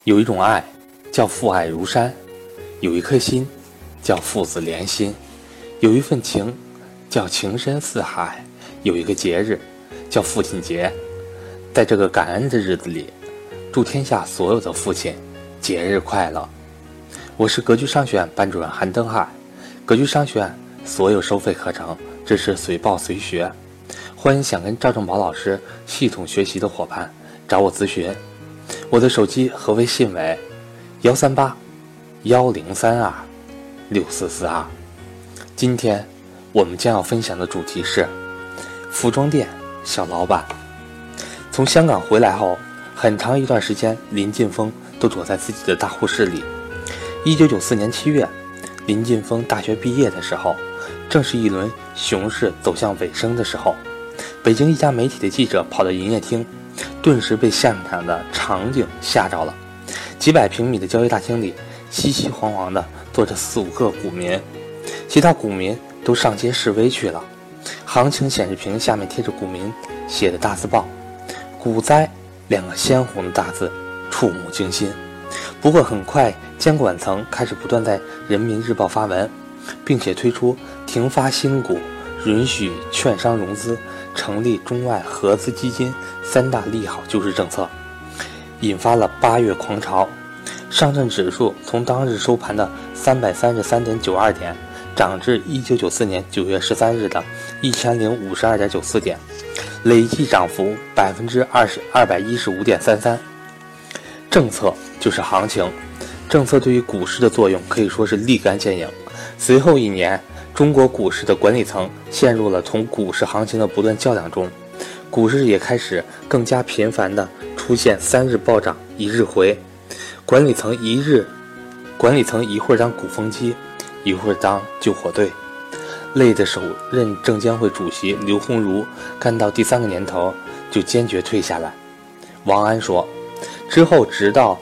有一种爱叫父爱如山，有一颗心叫父子连心，有一份情叫情深似海，有一个节日叫父亲节。在这个感恩的日子里，祝天下所有的父亲节日快乐。我是格局商学院班主任韩登海，格局商学院所有收费课程支持随报随学，欢迎想跟赵正宝老师系统学习的伙伴找我咨询。我的手机和微信为138-1032-6442。今天我们将要分享的主题是服装店小老板。从香港回来后，很长一段时间林晋峰都躲在自己的大护室里。1994年7月，林晋峰大学毕业的时候，正是一轮熊市走向尾声的时候。北京一家媒体的记者跑到营业厅，顿时被现场的场景吓着了。几百平米的交易大厅里，熙熙攘攘的坐着4-5个股民，其他股民都上街示威去了。行情显示屏下面贴着股民写的大字报，股灾2个鲜红的大字，触目惊心。不过很快监管层开始不断在人民日报发文，并且推出停发新股、允许券商融资、成立中外合资基金3大利好救市政策，引发了8月狂潮。上证指数从当日收盘的333.92点涨至1994年9月13日的1052.94点，累计涨幅215.33%。政策就是行情，政策对于股市的作用可以说是立竿见影。随后一年，中国股市的管理层陷入了同股市行情的不断较量中，股市也开始更加频繁地出现3日暴涨1日回。管理层一会儿当鼓风机，一会儿当救火队。累的首任证监会主席刘鸿儒干到第3个年头就坚决退下来。王安说，之后直到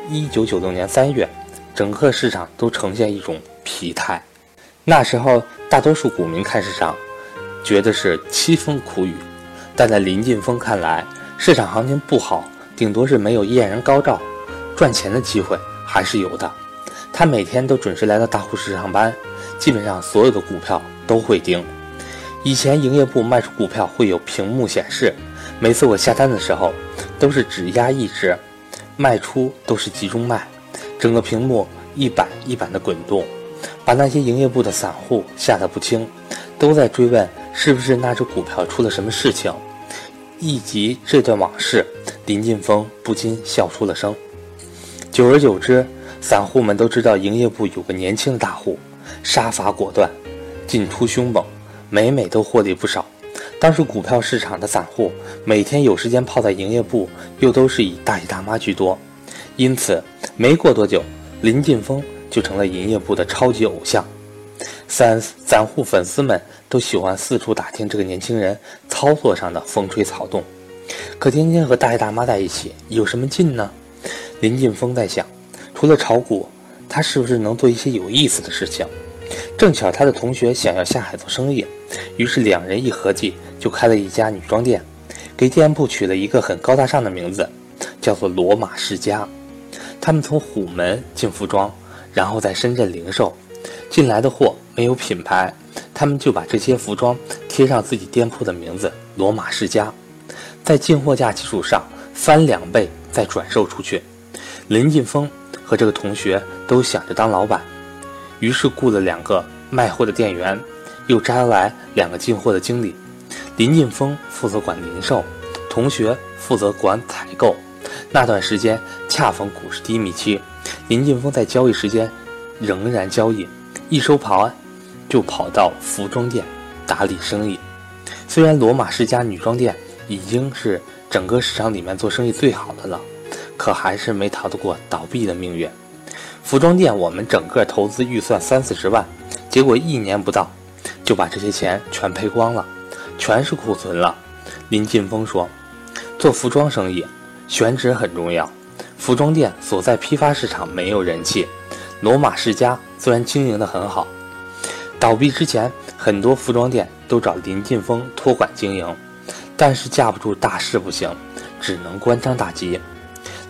1996年3月，整个市场都呈现一种疲态。那时候大多数股民看市场觉得是凄风苦雨，但在林晋峰看来，市场行情不好，顶多是没有艳然高照，赚钱的机会还是有的。他每天都准时来到大户室上班，基本上所有的股票都会盯。以前营业部卖出股票会有屏幕显示，每次我下单的时候都是只压一只，卖出都是集中卖，整个屏幕一板一板的滚动，把那些营业部的散户吓得不轻，都在追问是不是那只股票出了什么事情。一及这段往事，林晋峰不禁笑出了声。久而久之，散户们都知道营业部有个年轻的大户，杀伐果断，进出凶猛，每每都获利不少。当时股票市场的散户每天有时间泡在营业部，又都是以大爷大妈居多，因此没过多久，林晋峰就成了营业部的超级偶像。散户粉丝们都喜欢四处打听这个年轻人操作上的风吹草动。可天天和大爷大妈在一起有什么劲呢？林晋峰在想，除了炒股，他是不是能做一些有意思的事情？正巧他的同学想要下海做生意，于是2人一合计就开了一家女装店，给店铺取了一个很高大上的名字，叫做罗马世家。他们从虎门进服装，然后在深圳零售，进来的货没有品牌，他们就把这些服装贴上自己店铺的名字罗马世家，在进货价基础上翻2倍再转售出去。林晋峰和这个同学都想着当老板，于是雇了2个卖货的店员，又招来2个进货的经理。林晋峰负责管零售，同学负责管采购。那段时间恰逢股市低迷期，林晋峰在交易时间仍然交易，一收盘就跑到服装店打理生意。虽然罗马世家女装店已经是整个市场里面做生意最好的了，可还是没逃得过倒闭的命运。服装店我们整个投资预算30-40万，结果1年不到就把这些钱全赔光了，全是库存了。林晋峰说，做服装生意选址很重要，服装店所在批发市场没有人气，罗马世家虽然经营得很好，倒闭之前很多服装店都找林晋峰托管经营，但是架不住大势不行，只能关张大吉。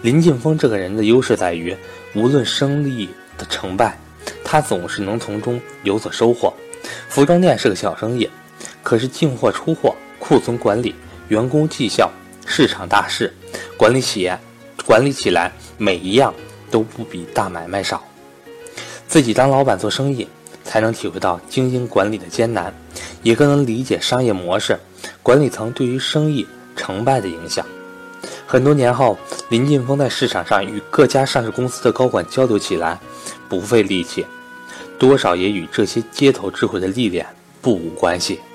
林晋峰这个人的优势在于，无论生意的成败，他总是能从中有所收获。服装店是个小生意，可是进货出货、库存管理、员工绩效、市场大势，管理起来每一样都不比大买卖少。自己当老板做生意，才能体会到经营管理的艰难，也更能理解商业模式、管理层对于生意成败的影响。很多年后，林晋峰在市场上与各家上市公司的高管交流起来，不费力气，多少也与这些街头智慧的历练不无关系。